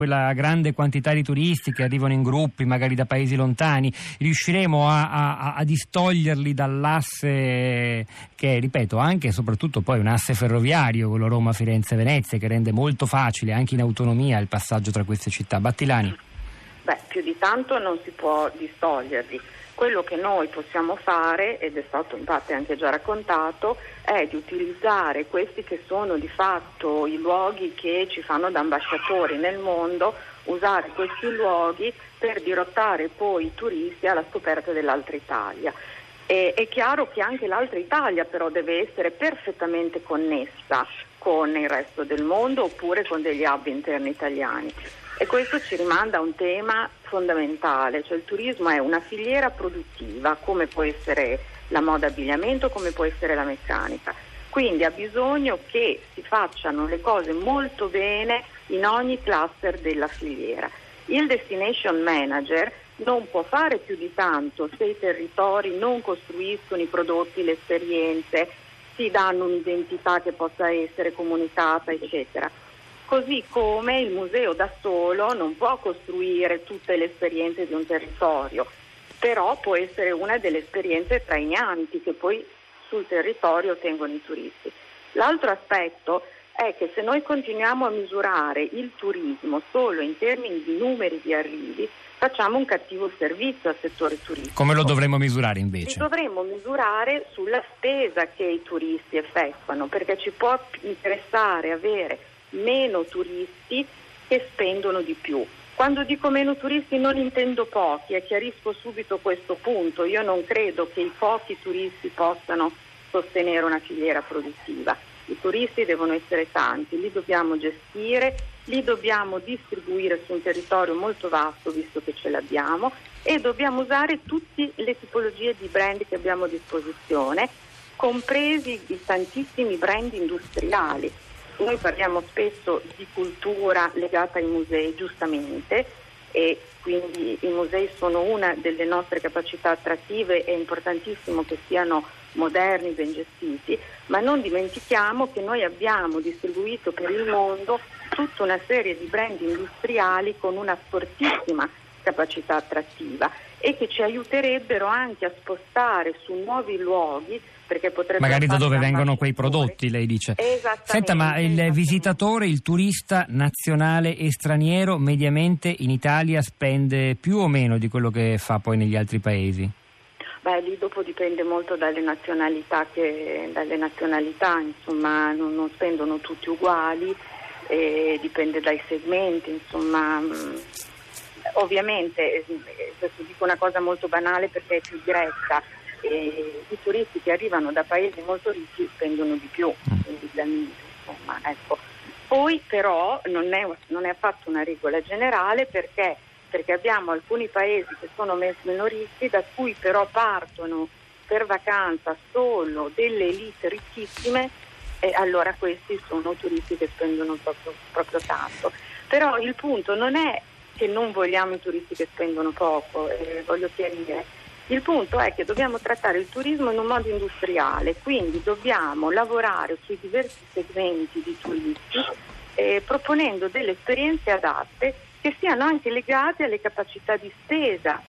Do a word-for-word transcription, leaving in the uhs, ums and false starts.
quella grande quantità di turisti che arrivano in gruppi, magari da paesi lontani, riusciremo a, a, a distoglierli dall'asse che, ripeto, anche e soprattutto poi un asse ferroviario, quello Roma-Firenze-Venezia, che rende molto facile anche in autonomia il passaggio tra queste città. Battilani? Beh, più di tanto non si può distoglierli. Quello che noi possiamo fare, ed è stato infatti anche già raccontato, è di utilizzare questi che sono di fatto i luoghi che ci fanno da ambasciatori nel mondo, usare questi luoghi per dirottare poi i turisti alla scoperta dell'altra Italia. E, è chiaro che anche l'altra Italia però deve essere perfettamente connessa con il resto del mondo oppure con degli hub interni italiani. E questo ci rimanda a un tema fondamentale, cioè il turismo è una filiera produttiva, come può essere la moda abbigliamento, come può essere la meccanica. Quindi ha bisogno che si facciano le cose molto bene in ogni cluster della filiera. Il destination manager non può fare più di tanto se i territori non costruiscono i prodotti, le esperienze, si danno un'identità che possa essere comunicata, eccetera. Così come il museo da solo non può costruire tutte le esperienze di un territorio, però può essere una delle esperienze trainanti che poi sul territorio ottengono i turisti. L'altro aspetto è che se noi continuiamo a misurare il turismo solo in termini di numeri di arrivi, facciamo un cattivo servizio al settore turistico. Come lo dovremmo misurare invece? Lo dovremmo misurare sulla spesa che i turisti effettuano, perché ci può interessare avere meno turisti che spendono di più. Quando dico meno turisti non intendo pochi, e chiarisco subito questo punto. Io non credo che i pochi turisti possano sostenere una filiera produttiva. I turisti devono essere tanti, li dobbiamo gestire, li dobbiamo distribuire su un territorio molto vasto, visto che ce l'abbiamo, e dobbiamo usare tutte le tipologie di brand che abbiamo a disposizione, compresi i tantissimi brand industriali. Noi parliamo spesso di cultura legata ai musei, giustamente, e quindi i musei sono una delle nostre capacità attrattive, è importantissimo che siano moderni, ben gestiti, ma non dimentichiamo che noi abbiamo distribuito per il mondo tutta una serie di brand industriali con una fortissima capacità attrattiva e che ci aiuterebbero anche a spostare su nuovi luoghi, perché potrebbe magari da dove vengono quei prodotti, lei dice. Senta, ma il visitatore, il turista nazionale e straniero mediamente in Italia spende più o meno di quello che fa poi negli altri paesi? Beh, lì dopo dipende molto dalle nazionalità, che dalle nazionalità, insomma, non, non spendono tutti uguali, e dipende dai segmenti, insomma. Ovviamente, questo dico una cosa molto banale perché è più diretta, e i turisti che arrivano da paesi molto ricchi spendono di più, insomma, ecco. Poi però non è, non è affatto una regola generale, perché perché abbiamo alcuni paesi che sono meno ricchi, da cui però partono per vacanza solo delle elite ricchissime, e allora questi sono turisti che spendono proprio, proprio tanto. Però il punto non è che non vogliamo i turisti che spendono poco, eh, voglio chiarire. Il punto è che dobbiamo trattare il turismo in un modo industriale, quindi dobbiamo lavorare sui diversi segmenti di turisti, eh, proponendo delle esperienze adatte che siano anche legate alle capacità di spesa